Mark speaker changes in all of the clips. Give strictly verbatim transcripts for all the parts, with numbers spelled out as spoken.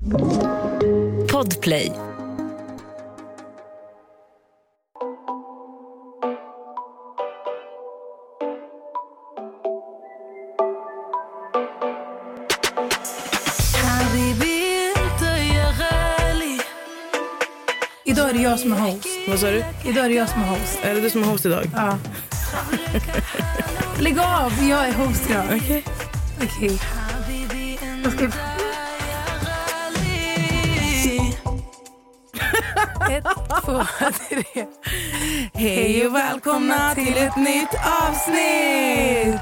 Speaker 1: Podplay.
Speaker 2: Idag är det jag som är host.
Speaker 3: Vad sa du?
Speaker 2: Idag är det jag som är host.
Speaker 3: Är det du som är host idag?
Speaker 2: Ja. Lägg av, jag är host idag.
Speaker 3: Okej.
Speaker 2: Okej. Jag ska... Ett, två, tre.
Speaker 3: Hej och välkomna till ett nytt avsnitt!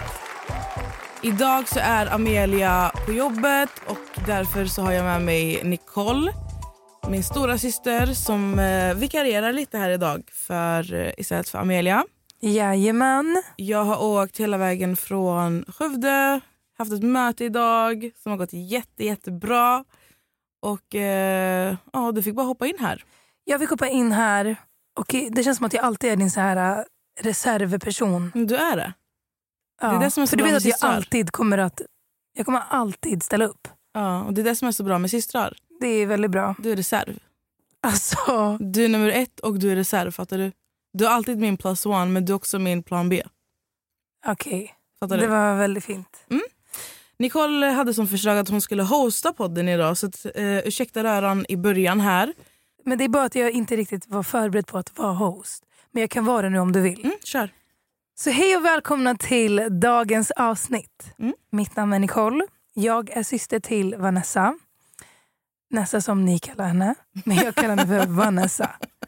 Speaker 3: Idag så är Amelia på jobbet och därför så har jag med mig Nicole, min stora syster, som eh, vikarierar lite här idag för, eh, istället för Amelia.
Speaker 2: Jajamän.
Speaker 3: Jag har åkt hela vägen från Skövde, haft ett möte idag som har gått jätte, jättebra. Och eh, ja, du fick bara hoppa in här.
Speaker 2: Jag fick hoppa in här och det känns som att jag alltid är din så här uh, reservperson.
Speaker 3: Du är det.
Speaker 2: Ja.
Speaker 3: Det är det som är så
Speaker 2: För du
Speaker 3: bra
Speaker 2: vet
Speaker 3: med
Speaker 2: att jag
Speaker 3: systrar.
Speaker 2: alltid kommer att jag kommer alltid ställa upp.
Speaker 3: Ja, och det är det som är så bra med systrar.
Speaker 2: Det är väldigt bra.
Speaker 3: Du är reserv.
Speaker 2: Alltså,
Speaker 3: Du är nummer ett och du är reserv, fattar du? Du är alltid min plus one, men du är också min plan B.
Speaker 2: okej. Okay.
Speaker 3: Fattar
Speaker 2: Det
Speaker 3: du?
Speaker 2: var väldigt fint.
Speaker 3: Mm. Nicole hade som förslag att hon skulle hosta podden idag, så att, eh, ursäkta röran i början här.
Speaker 2: Men det är bara att jag inte riktigt var förberedd på att vara host. Men jag kan vara det nu om du vill.
Speaker 3: Mm, kör.
Speaker 2: Så hej och välkomna till dagens avsnitt.
Speaker 3: Mm.
Speaker 2: Mitt namn är Nicole. Jag är syster till Vanessa. Nessa som ni kallar henne. Men jag kallar henne för Vanessa.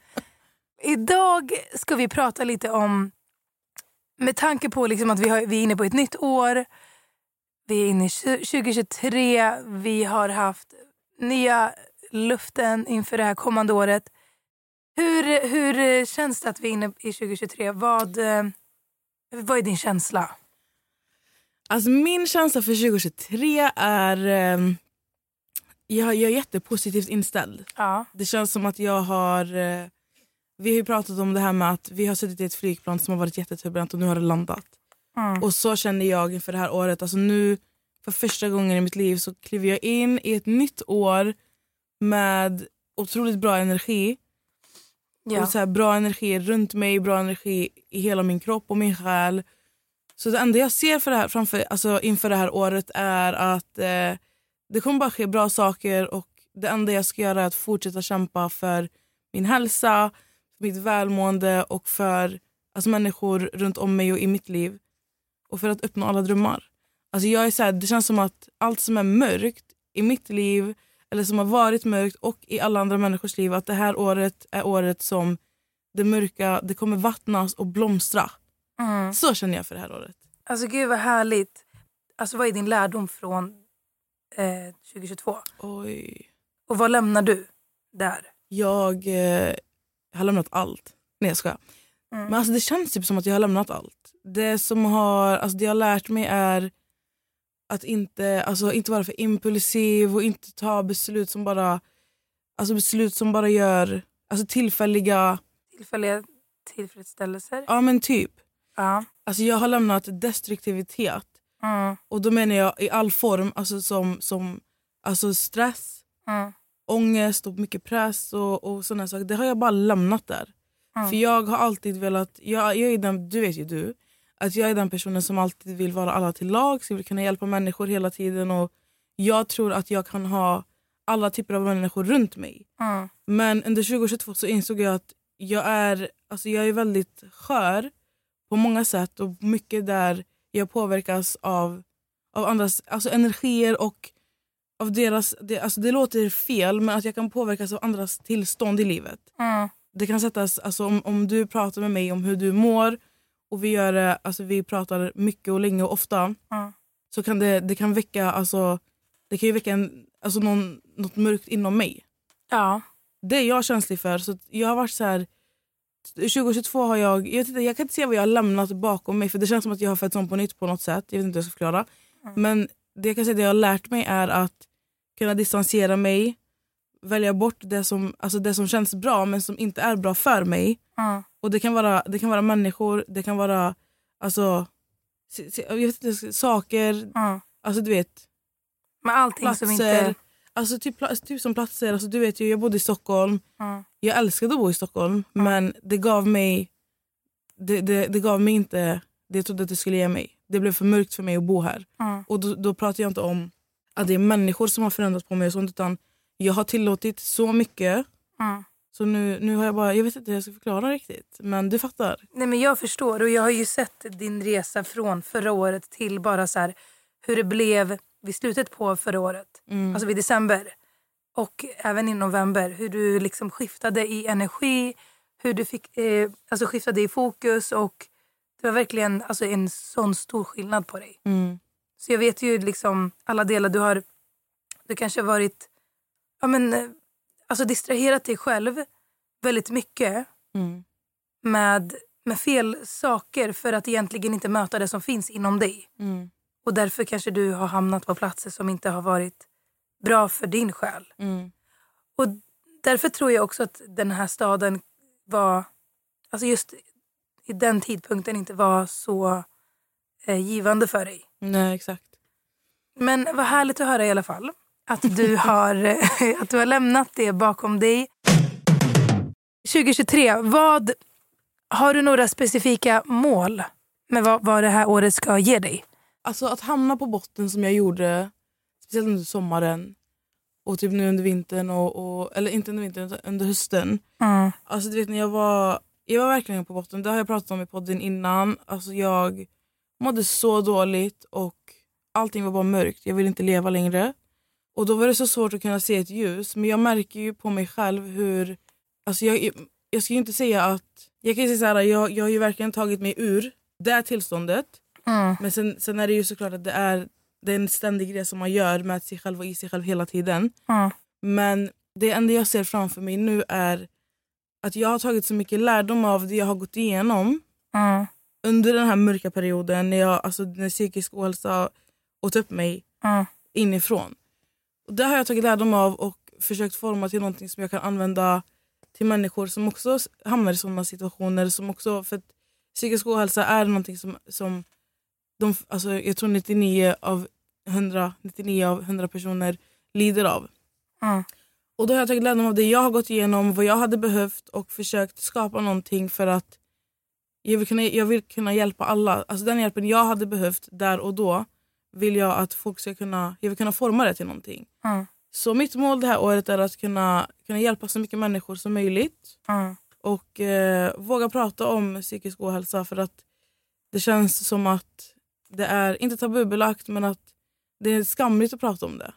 Speaker 2: Idag ska vi prata lite om, med tanke på liksom att vi, har, vi är inne på ett nytt år. Vi är inne i tjugo tjugotre. Vi har haft nya luften inför det här kommande året. Hur, hur känns det att vi är inne i tjugo tjugotre? Vad, vad är din känsla?
Speaker 3: Alltså min känsla för tjugo tjugotre är... Eh, jag, jag är jättepositivt inställd.
Speaker 2: Ja.
Speaker 3: Det känns som att jag har... Eh, vi har ju pratat om det här med att vi har suttit i ett flygplan som har varit jätteturbulent och nu har det landat.
Speaker 2: Mm.
Speaker 3: Och så känner jag inför det här året. Alltså nu, för första gången i mitt liv, så kliver jag in i ett nytt år med otroligt bra energi.
Speaker 2: Ja.
Speaker 3: Och så här, bra energi runt mig, bra energi i hela min kropp och min själ. Så det enda jag ser för det här, framför, alltså inför det här året är att eh, det kommer bara ske bra saker. Och det enda jag ska göra är att fortsätta kämpa för min hälsa, för mitt välmående och för alltså, människor runt om mig och i mitt liv. Och för att uppnå alla drömmar. Alltså jag är så här, det känns som att allt som är mörkt i mitt liv, eller som har varit mörkt och i alla andra människors liv, att det här året är året som det mörka, det kommer vattnas och blomstra.
Speaker 2: Mm.
Speaker 3: Så känner jag för det här året.
Speaker 2: Alltså gud vad härligt. Alltså vad är din lärdom från eh, tjugo tjugotvå?
Speaker 3: Oj.
Speaker 2: Och vad lämnar du där?
Speaker 3: Jag eh, har lämnat allt. Nej, jag ska.
Speaker 2: Mm.
Speaker 3: Men alltså det känns typ som att jag har lämnat allt. Det som har, alltså det jag har lärt mig är att inte, alltså inte vara för impulsiv och inte ta beslut som bara, alltså beslut som bara gör, alltså tillfälliga,
Speaker 2: Tillfälliga tillfredsställelser?
Speaker 3: ja men typ.
Speaker 2: Ja.
Speaker 3: Alltså jag har lämnat destruktivitet.
Speaker 2: Mm.
Speaker 3: Och då menar jag i all form, alltså som, som alltså stress,
Speaker 2: Mm.
Speaker 3: ångest och mycket press och, och sådana saker. Det har jag bara lämnat där.
Speaker 2: Mm.
Speaker 3: För jag har alltid velat, jag, jag är den, du vet ju du, att jag är den personen som alltid vill vara alla till lag, så jag vill kunna hjälpa människor hela tiden, och jag tror att jag kan ha alla typer av människor runt mig.
Speaker 2: Mm.
Speaker 3: Men under tjugo tjugotvå så insåg jag att jag är, alltså jag är väldigt skör på många sätt, och mycket där jag påverkas av, av andras alltså energier och av deras, det, alltså det låter fel, men att jag kan påverkas av andras tillstånd i livet.
Speaker 2: Mm.
Speaker 3: Det kan sättas, alltså om, om du pratar med mig om hur du mår, och vi gör det, alltså vi pratar mycket och länge och ofta,
Speaker 2: Mm. så
Speaker 3: kan det, det kan väcka, alltså det kan ju väcka en, alltså någon, något mörkt inom mig.
Speaker 2: Ja.
Speaker 3: Det är jag känslig för, så jag har varit så här, tjugo tjugotvå har jag, jag, vet inte, jag kan inte se vad jag har lämnat bakom mig, för det känns som att jag har fötts om på nytt på något sätt. Jag vet inte hur jag ska förklara. Mm. Men det jag kan säga, det jag har lärt mig är att kunna distansera mig, välja bort det som, alltså det som känns bra men som inte är bra för mig.
Speaker 2: Mm.
Speaker 3: Och det kan vara, det kan vara människor, det kan vara alltså jag vet inte, saker,
Speaker 2: Mm.
Speaker 3: alltså du vet,
Speaker 2: Men allting
Speaker 3: platser,
Speaker 2: som inte...
Speaker 3: Alltså typ, typ som platser, alltså du vet ju, jag bodde i Stockholm.
Speaker 2: Mm.
Speaker 3: Jag älskade att bo i Stockholm,
Speaker 2: Mm.
Speaker 3: men det gav mig det, det, det gav mig inte det jag trodde att det skulle ge mig. Det blev för mörkt för mig att bo här.
Speaker 2: Mm.
Speaker 3: Och då, då pratar jag inte om att det är människor som har förändrat på mig och sånt, utan jag har tillåtit så mycket.
Speaker 2: Mm.
Speaker 3: Så nu, nu har jag bara, jag vet inte hur jag ska förklara riktigt, men du fattar.
Speaker 2: Nej, men jag förstår, och jag har ju sett din resa från förra året till bara så här, hur det blev vid slutet på förra året.
Speaker 3: Mm.
Speaker 2: Alltså vid december. Och även i november. Hur du liksom skiftade i energi. Hur du fick, eh, alltså skiftade i fokus. Och det var verkligen alltså, en sån stor skillnad på dig.
Speaker 3: Mm.
Speaker 2: Så jag vet ju liksom alla delar du har. Du kanske har varit, ja men, eh, alltså distraherat dig själv väldigt mycket.
Speaker 3: Mm.
Speaker 2: Med, med fel saker för att egentligen inte möta det som finns inom dig.
Speaker 3: Mm.
Speaker 2: Och därför kanske du har hamnat på platser som inte har varit bra för din själ.
Speaker 3: Mm.
Speaker 2: Och därför tror jag också att den här staden var, alltså just i den tidpunkten inte var så eh, givande för dig.
Speaker 3: Nej, exakt.
Speaker 2: Men vad härligt att höra i alla fall. Att du har, att du har lämnat det bakom dig. tjugohundratjugotre, vad, har du några specifika mål med vad, vad det här året ska ge dig?
Speaker 3: Alltså att hamna på botten som jag gjorde, speciellt under sommaren och typ nu under vintern, och, och, eller inte under vintern utan under hösten.
Speaker 2: Mm.
Speaker 3: Alltså du vet, när jag var, jag var verkligen på botten, det har jag pratat om i podden innan. Alltså jag mådde så dåligt och allting var bara mörkt, jag ville inte leva längre. Och då var det så svårt att kunna se ett ljus, men jag märker ju på mig själv hur, alltså jag, jag ska ju inte säga att, jag kan ju säga så här, jag, jag har ju verkligen tagit mig ur det här tillståndet.
Speaker 2: Mm.
Speaker 3: Men sen, sen är det ju såklart att det är, det är en ständig grej som man gör med sig själv och i sig själv hela tiden.
Speaker 2: Mm.
Speaker 3: Men det enda jag ser framför mig nu är att jag har tagit så mycket lärdom av det jag har gått igenom
Speaker 2: Mm.
Speaker 3: under den här mörka perioden, när, jag, alltså, när psykisk ohälsa åt upp mig
Speaker 2: Mm.
Speaker 3: inifrån. Och det har jag tagit lärdom av och försökt forma till någonting som jag kan använda till människor som också hamnar i sådana situationer. Som också, för att psykisk ohälsa är någonting som, som de, alltså, jag tror nittionio av hundra, nittionio av hundra personer lider av.
Speaker 2: Mm.
Speaker 3: Och då har jag tagit lärdom av det jag har gått igenom, vad jag hade behövt, och försökt skapa någonting för att jag vill kunna, jag vill kunna hjälpa alla. Alltså den hjälpen jag hade behövt där och då vill jag att folk ska kunna, jag vill kunna forma det till någonting.
Speaker 2: Mm.
Speaker 3: Så mitt mål det här året är att kunna, kunna hjälpa så mycket människor som möjligt.
Speaker 2: Mm.
Speaker 3: Och eh, våga prata om psykisk ohälsa, för att det känns som att det är inte tabubelagt, men att det är skamligt att prata om det.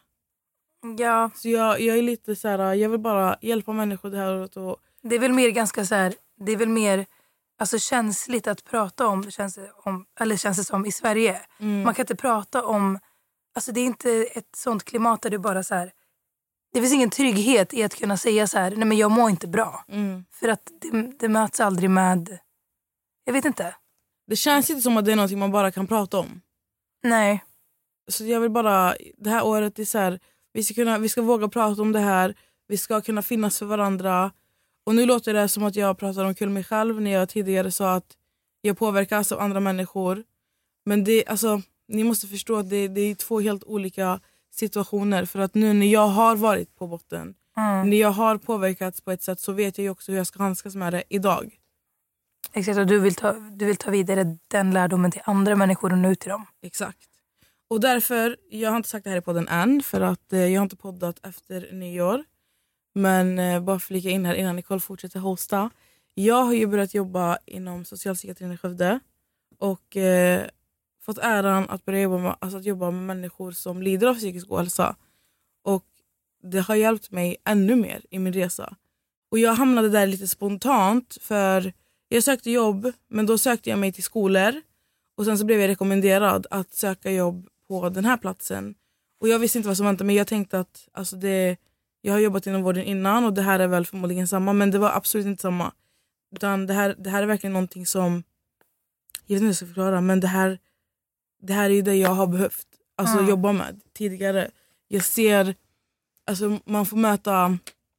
Speaker 2: Ja,
Speaker 3: Så jag, jag är lite så här, jag vill bara hjälpa människor det här året. Och,
Speaker 2: det är väl mer ganska så här, det är väl mer alltså känsligt att prata om, känns det om eller känns det som i Sverige.
Speaker 3: mm,
Speaker 2: Man kan inte prata om, alltså det är inte ett sånt klimat där du bara så här, det finns ingen trygghet i att kunna säga så här, nej men jag mår inte bra.
Speaker 3: mm.
Speaker 2: För att det, det möts aldrig med, jag vet inte.
Speaker 3: Det känns inte som att det är någonting man bara kan prata om.
Speaker 2: Nej.
Speaker 3: Så jag vill bara, det här året är så här, vi ska, kunna, vi ska våga prata om det här. Vi ska kunna finnas för varandra. Och nu låter det som att jag pratar om kul mig själv, när jag tidigare sa att jag påverkas av andra människor. Men det, alltså, ni måste förstå att det, det är två helt olika situationer. För att nu när jag har varit på botten,
Speaker 2: Mm.
Speaker 3: när jag har påverkats på ett sätt, så vet jag ju också hur jag ska handskas med det idag.
Speaker 2: Exakt, och du vill, ta, du vill ta vidare den lärdomen till andra människor och nå ut till dem.
Speaker 3: Exakt. Och därför, jag har inte sagt det här i podden än, för att eh, jag har inte poddat efter nyår. Men eh, bara flika in här innan Nicole fortsätter hosta. Jag har ju börjat jobba inom socialpsykiatrin i Skövde. Och eh, fått äran att börja jobba med, alltså att jobba med människor som lider av psykisk ohälsa. Och det har hjälpt mig ännu mer i min resa. Och jag hamnade där lite spontant, för jag sökte jobb, men då sökte jag mig till skolor. Och sen så blev jag rekommenderad att söka jobb på den här platsen. Och jag visste inte vad som väntade mig. Jag tänkte att alltså det, jag har jobbat inom vården innan, och det här är väl förmodligen samma. Men det var absolut inte samma. Utan det här, det här är verkligen någonting som, jag vet inte hur jag ska förklara, men det här, det här är ju det jag har behövt alltså,
Speaker 2: Mm.
Speaker 3: jobba med tidigare. Jag ser, alltså man får möta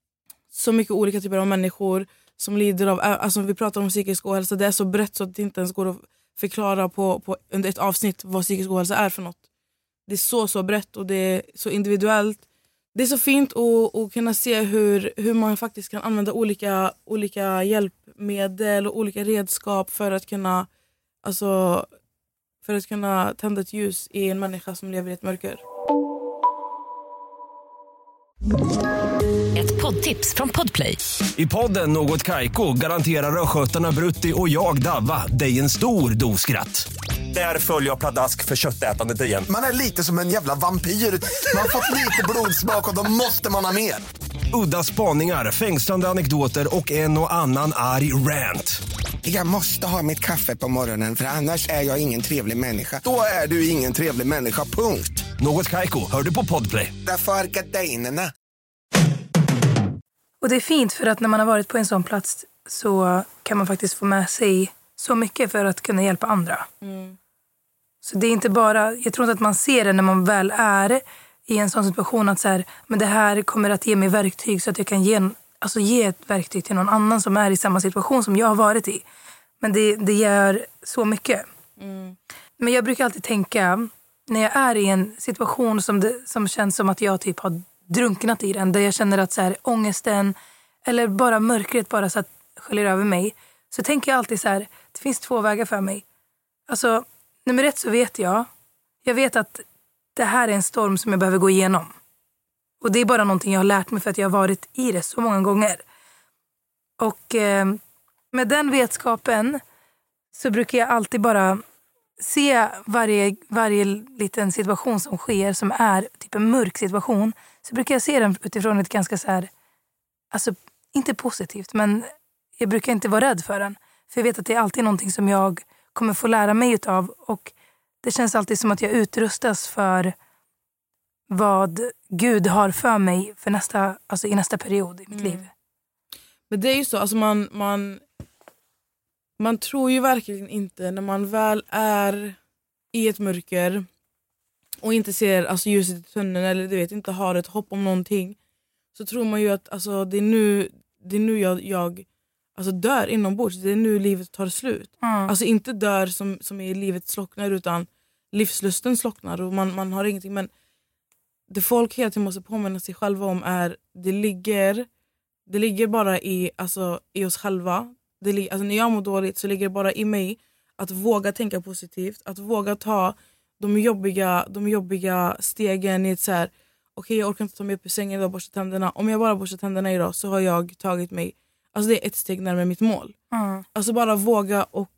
Speaker 3: så mycket olika typer av människor som lider av, alltså vi pratar om psykisk ohälsa, det är så brett så att det inte ens går att förklara på, på under ett avsnitt vad psykisk ohälsa är för något. Det är så så brett och det är så individuellt. det är så fint att, att kunna se hur, hur man faktiskt kan använda olika, olika hjälpmedel och olika redskap för att kunna alltså, för att kunna tända ett ljus i en människa som lever i ett mörker.
Speaker 1: Ett poddtips från Podplay.
Speaker 4: I podden Något Kaiko garanterar röskötarna Brutti och jag Davva dig en stor doskratt. Där följer jag pladask för köttätandet igen.
Speaker 5: Man är lite som en jävla vampyr. Man har fått lite blodsmak och då måste man ha mer.
Speaker 4: Udda spaningar, fängslande anekdoter och en och annan arg rant.
Speaker 5: Jag måste ha mitt kaffe på morgonen för annars är jag ingen trevlig människa. Då är du ingen trevlig människa, punkt.
Speaker 4: Något Kaiko, hör du på Podplay.
Speaker 5: Därför är gardinerna.
Speaker 2: Och det är fint för att när man har varit på en sån plats så kan man faktiskt få med sig så mycket för att kunna hjälpa andra.
Speaker 3: Mm.
Speaker 2: Så det är inte bara, jag tror inte att man ser det när man väl är i en sån situation att så här, men det här kommer att ge mig verktyg så att jag kan ge, alltså ge ett verktyg till någon annan som är i samma situation som jag har varit i. Men det, det gör så mycket.
Speaker 3: Mm.
Speaker 2: Men jag brukar alltid tänka, när jag är i en situation som, det, som känns som att jag typ har drunknat i den, där jag känner att så här, ångesten eller bara mörkret bara så att sköljer över mig, så tänker jag alltid så här, det finns två vägar för mig. Alltså, nummer ett så vet jag, jag vet att det här är en storm som jag behöver gå igenom. Och det är bara någonting jag har lärt mig för att jag har varit i det så många gånger. Och eh, med den vetskapen så brukar jag alltid bara se varje, varje liten situation som sker som är typ en mörk situation, så brukar jag se den utifrån ett ganska så här, alltså inte positivt, men jag brukar inte vara rädd för den. För jag vet att det är alltid någonting som jag kommer få lära mig utav, och det känns alltid som att jag utrustas för vad Gud har för mig för nästa, alltså i nästa period i mitt
Speaker 3: Mm.
Speaker 2: liv.
Speaker 3: Men det är ju så, alltså man, man, man tror ju verkligen inte när man väl är i ett mörker och inte ser alltså, ljuset i tunneln eller du vet, inte har ett hopp om någonting, så tror man ju att alltså, det är nu, det är nu jag, jag alltså, dör inombords, det är nu livet tar slut.
Speaker 2: Mm.
Speaker 3: Alltså inte dör som, som i livet slocknar, utan livslusten slocknar och man, man har ingenting. Men det folk hela tiden måste påminna sig själva om är, det ligger det ligger bara i, alltså, i oss själva. Det ligger, alltså, när jag mår dåligt så ligger det bara i mig att våga tänka positivt, att våga ta de jobbiga, de jobbiga stegen i ett så här, okej okay, jag orkar inte ta mig upp i sängen idag och borsta tänderna. Om jag bara borstar tänderna idag så har jag tagit mig, alltså det är ett steg närmare mitt mål.
Speaker 2: Mm.
Speaker 3: Alltså bara våga, och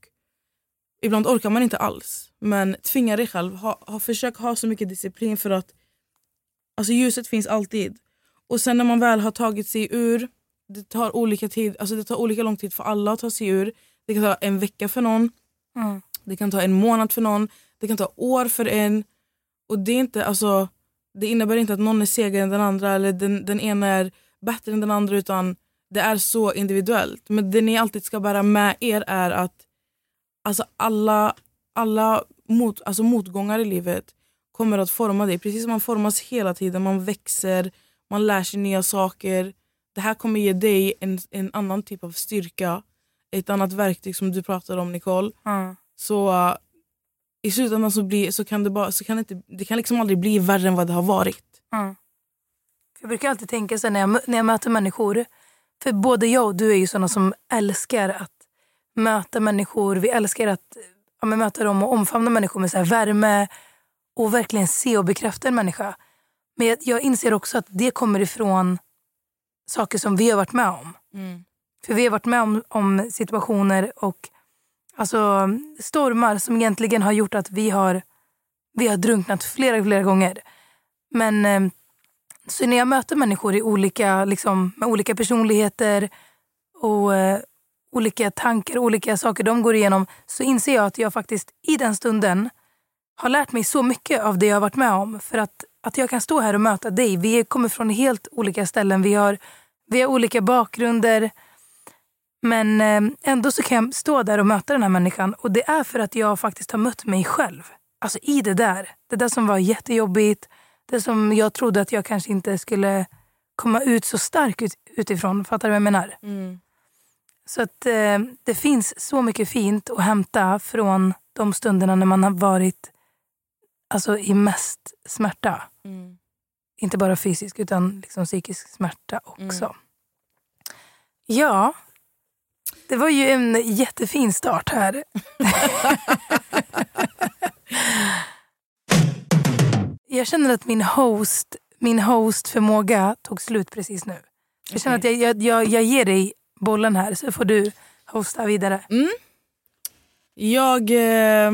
Speaker 3: ibland orkar man inte alls. Men tvinga dig själv, ha, ha, försök ha så mycket disciplin för att alltså ljuset finns alltid. Och sen när man väl har tagit sig ur, det tar olika tid, alltså det tar olika lång tid för alla att ta sig ur. Det kan ta en vecka för någon.
Speaker 2: Mm.
Speaker 3: Det kan ta en månad för någon. Det kan ta år för en. Och det är inte, alltså, det innebär inte att någon är segare än den andra eller den, den ena är bättre än den andra, utan det är så individuellt. Men det ni alltid ska bära med er är att alltså alla, alla mot, alltså motgångar i livet kommer att forma dig. Precis som man formas hela tiden. Man växer, man lär sig nya saker. Det här kommer ge dig en, en annan typ av styrka. Ett annat verktyg som du pratade om, Nicole.
Speaker 2: Mm.
Speaker 3: Så uh, i slutändan så, blir, så kan det bara, så kan det, inte, det kan liksom aldrig bli värre än vad det har varit.
Speaker 2: Mm. Jag brukar alltid tänka så när jag, när jag möter människor, för både jag och du är ju sådana som älskar att möta människor. Vi älskar att ja, möta dem och omfamna människor med så här värme och verkligen se och bekräfta en människa. Men jag, jag inser också att det kommer ifrån saker som vi har varit med om.
Speaker 3: Mm.
Speaker 2: För vi har varit med om, om situationer och alltså, stormar som egentligen har gjort att vi har, vi har drunknat flera, flera gånger. Men eh, så när jag möter människor i olika, liksom, med olika personligheter och eh, olika tankar, olika saker de går igenom, så inser jag att jag faktiskt i den stunden har lärt mig så mycket av det jag har varit med om. För att, att jag kan stå här och möta dig. Vi kommer från helt olika ställen. Vi har, vi har olika bakgrunder. Men eh, ändå så kan jag stå där och möta den här människan. Och det är för att jag faktiskt har mött mig själv. Alltså i det där. Det där som var jättejobbigt. Det som jag trodde att jag kanske inte skulle komma ut så stark ut, utifrån. Fattar du vad jag menar?
Speaker 3: Mm.
Speaker 2: Så att eh, det finns så mycket fint att hämta från de stunderna när man har varit alltså, i mest smärta.
Speaker 3: Mm.
Speaker 2: inte bara fysisk utan liksom psykisk smärta också.
Speaker 3: Mm.
Speaker 2: Ja, det var ju en jättefin start här. Jag känner att min host, min hostförmåga tog slut precis nu. Jag okay. känner att jag, jag, jag, jag ger dig bollen här så får du hosta vidare.
Speaker 3: Mm. Jag, eh,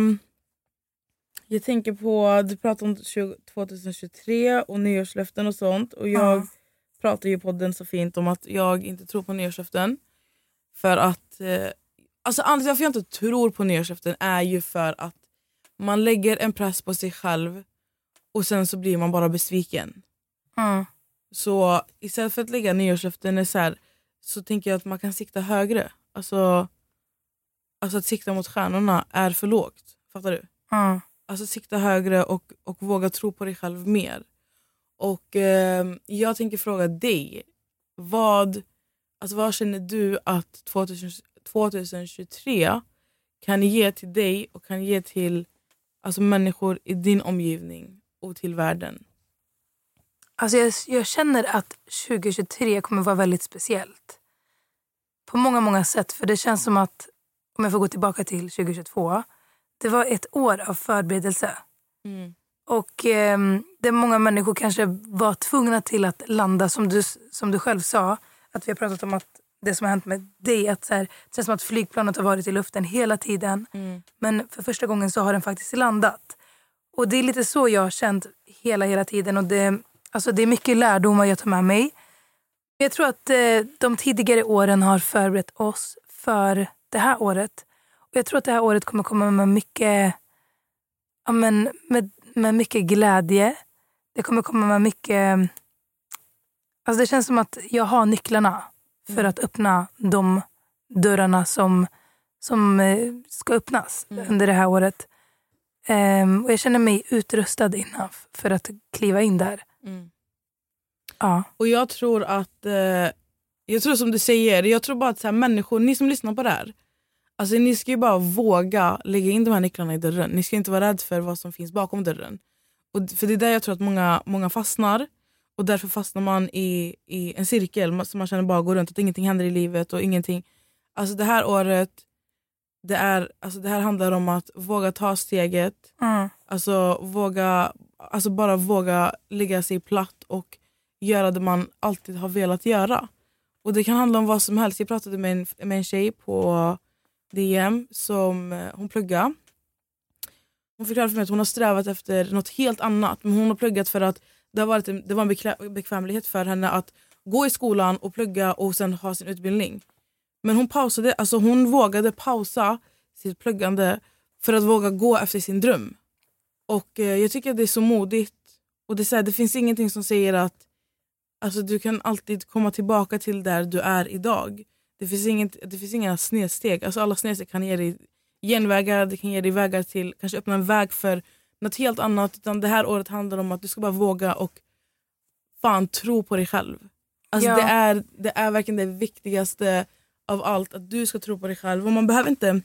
Speaker 3: jag tänker på, du pratar om tjugohundratjugotre och nyårslöften och sånt. Och jag mm. pratar ju på podden så fint om att jag inte tror på nyårslöften. För att, eh, alltså anledningen till att jag inte tror på nyårslöften är ju för att man lägger en press på sig själv och sen så blir man bara besviken.
Speaker 2: Mm.
Speaker 3: Så istället för att lägga nyårslöften är så, här, så tänker jag att man kan sikta högre. Alltså, alltså att sikta mot stjärnorna är för lågt. Fattar du?
Speaker 2: Mm.
Speaker 3: Alltså sikta högre och, och våga tro på dig själv mer. Och eh, jag tänker fråga dig. Vad, alltså vad känner du att tjugohundratjugotre kan ge till dig och kan ge till alltså, människor i din omgivning och till världen?
Speaker 2: Alltså jag, jag känner att tjugohundratjugotre kommer vara väldigt speciellt. På många, många sätt. För det känns som att, om jag får gå tillbaka till tjugohundratjugotvå, det var ett år av förberedelse.
Speaker 3: Mm.
Speaker 2: Och eh, det många människor kanske var tvungna till att landa, som du, som du själv sa. Att vi har pratat om att det som har hänt med dig, att så här, det känns som att flygplanet har varit i luften hela tiden.
Speaker 3: Mm.
Speaker 2: Men för första gången så har den faktiskt landat. Och det är lite så jag har känt hela, hela tiden. Och det, alltså det är mycket lärdomar jag tar med mig. Jag tror att eh, de tidigare åren har förberett oss för det här året. Och jag tror att det här året kommer komma med mycket, ja, men, med, med mycket glädje. Det kommer komma med mycket... Alltså det känns som att jag har nycklarna för mm. att öppna de dörrarna som, som eh, ska öppnas mm. under det här året. Um, och jag känner mig utrustad enough för att kliva in där.
Speaker 3: Mm.
Speaker 2: Ja.
Speaker 3: Och jag tror att, eh, jag tror som du säger, jag tror bara att så här, människor, ni som lyssnar på det här, alltså ni ska ju bara våga lägga in de här nycklarna i dörren. Ni ska inte vara rädd för vad som finns bakom dörren. Och för det är där jag tror att många, många fastnar. Och därför fastnar man i, i en cirkel som man känner bara går runt, att ingenting händer i livet och ingenting. Alltså det här året, det, är, alltså det här handlar om att våga ta steget.
Speaker 2: Mm.
Speaker 3: Alltså, våga, alltså bara våga lägga sig platt och göra det man alltid har velat göra. Och det kan handla om vad som helst. Jag pratade med en, med en tjej på D M som hon pluggar. Hon förklarade för mig att hon har strävat efter något helt annat. Men hon har pluggat för att det, har varit en, det var en beklä, bekvämlighet för henne att gå i skolan och plugga och sen ha sin utbildning. Men hon pausade, alltså hon vågade pausa sitt pluggande för att våga gå efter sin dröm. Och eh, jag tycker att det är så modigt. Och det, är så här, det finns ingenting som säger att alltså, du kan alltid komma tillbaka till där du är idag. Det finns, inget, det finns inga snedsteg. Alltså, alla snedsteg kan ge dig genvägar, det kan ge dig vägar till, kanske öppna en väg för något helt annat. Utan det här året handlar om att du ska bara våga och fan tro på dig själv. Alltså,
Speaker 2: ja.
Speaker 3: det, är, det är verkligen det viktigaste av allt, att du ska tro på dig själv. Och man behöver inte...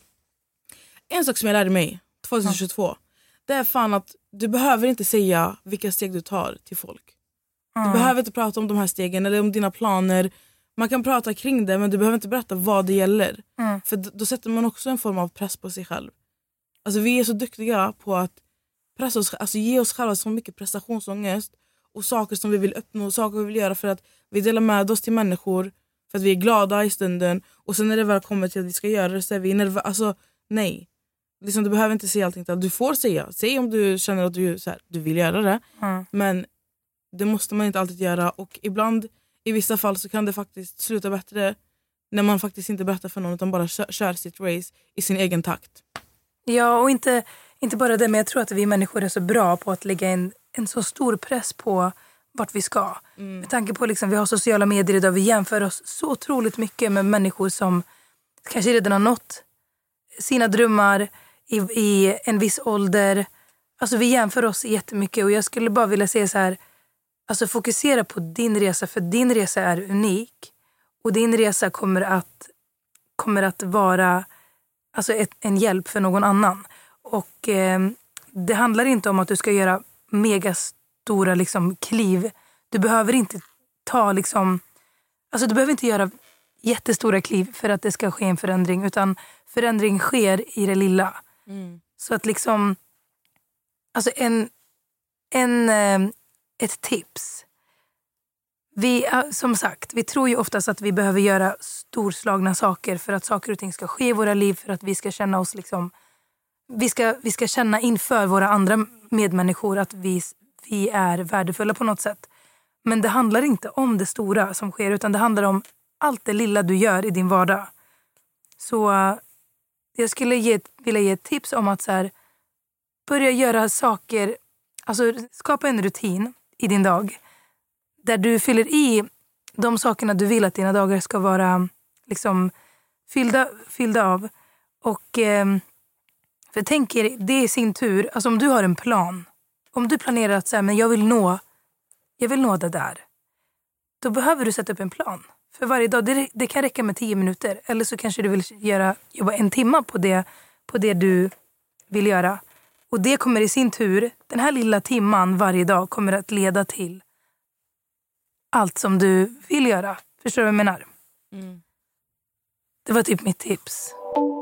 Speaker 3: En sak som jag lärde mig tjugohundratjugotvå, mm. det är fan att du behöver inte säga vilka steg du tar till folk.
Speaker 2: Mm.
Speaker 3: Du behöver inte prata om de här stegen eller om dina planer. Man kan prata kring det, men du behöver inte berätta vad det gäller.
Speaker 2: Mm.
Speaker 3: För då sätter man också en form av press på sig själv. Alltså vi är så duktiga på att pressa oss, alltså ge oss själva så mycket prestationsångest och saker som vi vill uppnå och saker vi vill göra för att vi delar med oss till människor för att vi är glada i stunden, och sen när det väl kommer till att vi ska göra det så är vi nervösa. Alltså nej, liksom, du behöver inte säga allting. Du får säga, säg om du känner att du, så här, du vill göra det.
Speaker 2: Mm.
Speaker 3: Men det måste man inte alltid göra. Och ibland, i vissa fall så kan det faktiskt sluta bättre när man faktiskt inte berättar för någon utan bara kör, kör sitt race i sin egen takt.
Speaker 2: Ja, och inte, inte bara det, men jag tror att vi människor är så bra på att lägga en, en så stor press på vart vi ska. Mm. Med tanke på liksom, vi har sociala medier idag, vi jämför oss så otroligt mycket med människor som kanske redan har nått sina drömmar i, i en viss ålder. Alltså vi jämför oss jättemycket, och jag skulle bara vilja säga så här, alltså fokusera på din resa, för din resa är unik och din resa kommer att, kommer att vara alltså ett, en hjälp för någon annan. Och eh, det handlar inte om att du ska göra megastora liksom, kliv Du behöver inte ta liksom... Alltså du behöver inte göra jättestora kliv för att det ska ske en förändring. Utan förändring sker i det lilla.
Speaker 3: Mm.
Speaker 2: Så att liksom... Alltså en... en eh, ett tips. Vi, som sagt, vi tror ju oftast att vi behöver göra storslagna saker för att saker och ting ska ske i våra liv, för att vi ska känna oss liksom, vi ska, vi ska känna inför våra andra medmänniskor att vi, vi är värdefulla på något sätt. Men det handlar inte om det stora som sker, utan det handlar om allt det lilla du gör i din vardag. Så uh, jag skulle ge, vilja ge ett tips om att så här, börja göra saker, alltså skapa en rutin i din dag där du fyller i de sakerna du vill att dina dagar ska vara liksom fyllda, fyllda av. Och eh, för tänk er, det är i sin tur, alltså om du har en plan, om du planerar att säga, men jag vill nå jag vill nå det där, då behöver du sätta upp en plan för varje dag. Det, det kan räcka med tio minuter, eller så kanske du vill göra, jobba en timme på det, på det du vill göra. Och det kommer i sin tur, den här lilla timman varje dag kommer att leda till allt som du vill göra. Förstår du vad jag menar?
Speaker 3: Mm.
Speaker 2: Det var typ mitt tips.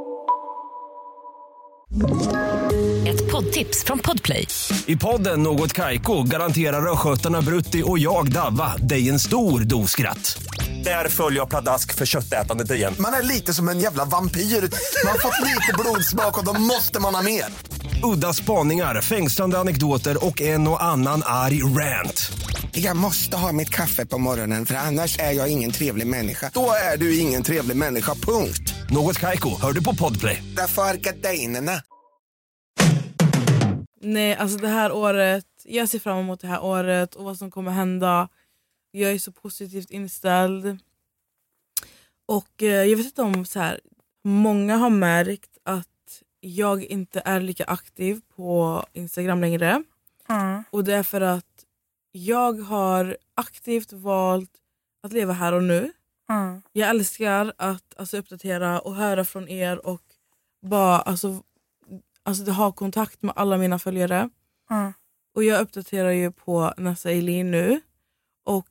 Speaker 1: Ett poddtips från Podplay.
Speaker 4: I podden Något Kaiko garanterar röskötarna Brutti och jag Davva dig en stor doskratt. Där följer jag pladask för köttätandet igen.
Speaker 5: Man är lite som en jävla vampyr. Man har fått lite blodsmak och då måste man ha mer.
Speaker 4: Udda spaningar, fängslande anekdoter och en och annan arg rant.
Speaker 5: Jag måste ha mitt kaffe på morgonen för annars är jag ingen trevlig människa. Då är du ingen trevlig människa, punkt.
Speaker 4: Något Kaiko, hör du på Podplay.
Speaker 5: Därför är gardinerna.
Speaker 3: Nej, alltså det här året, jag ser fram emot det här året och vad som kommer hända. Jag är så positivt inställd. Och eh, jag vet inte om så här, många har märkt att jag inte är lika aktiv på Instagram längre.
Speaker 2: Mm.
Speaker 3: Och det är för att jag har aktivt valt att leva här och nu.
Speaker 2: Mm.
Speaker 3: Jag älskar att alltså, uppdatera och höra från er och bara alltså, alltså, ha kontakt med alla mina följare.
Speaker 2: Mm.
Speaker 3: Och jag uppdaterar ju på Nessa Eileen nu. Och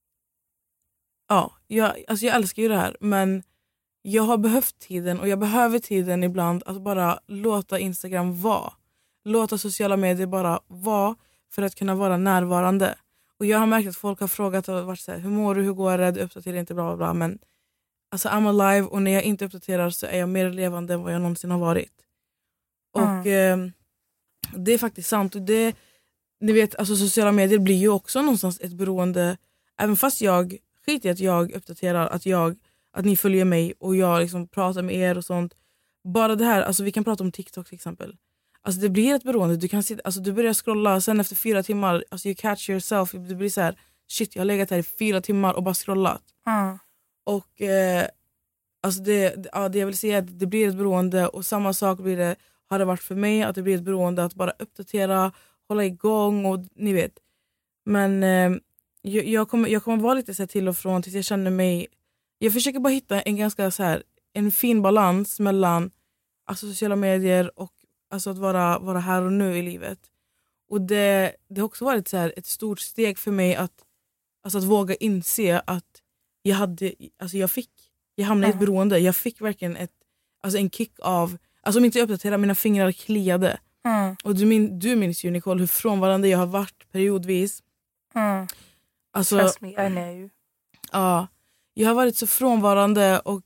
Speaker 3: ja, jag, alltså, jag älskar ju det här. Men jag har behövt tiden och jag behöver tiden ibland att bara låta Instagram vara. Låta sociala medier bara vara för att kunna vara närvarande. Och jag har märkt att folk har frågat och varit så här, hur mår du, hur går det, du uppdaterar inte, bla bla bla. Men alltså I'm alive och när jag inte uppdaterar så är jag mer levande än vad jag någonsin har varit. Och mm. eh, det är faktiskt sant. Och det, ni vet, alltså sociala medier blir ju också någonstans ett beroende. Även fast jag skiter i att jag uppdaterar, att jag att ni följer mig och jag liksom pratar med er och sånt. Bara det här, alltså vi kan prata om TikTok till exempel. Alltså det blir ett beroende. Du kan sitta, alltså du börjar scrolla sen efter fyra timmar, alltså you catch yourself. Du blir så här, shit, jag har legat här i fyra timmar och bara scrollat.
Speaker 2: Mm.
Speaker 3: Och eh, alltså det, ja, det jag vill säga är att det blir ett beroende. Och samma sak blir det, har det varit för mig, att det blir ett beroende att bara uppdatera, hålla igång och ni vet. Men eh, jag, jag, kommer, jag kommer vara lite så här till och från tills jag känner mig. Jag försöker bara hitta en ganska så här, en fin balans mellan alltså, sociala medier och alltså, att vara, vara här och nu i livet. Och det, det har också varit så här, ett stort steg för mig att, alltså, att våga inse att jag hade, alltså jag fick, jag hamnade i ett beroende. Jag fick verkligen ett, alltså en kick av, alltså om inte jag uppdaterar, mina fingrar kliade.
Speaker 2: Mm.
Speaker 3: Och du, min, du minns ju Nicole hur frånvarande jag har varit periodvis.
Speaker 2: Mm.
Speaker 3: Alltså,
Speaker 2: Trust me, I know you.
Speaker 3: Ja, jag har varit så frånvarande och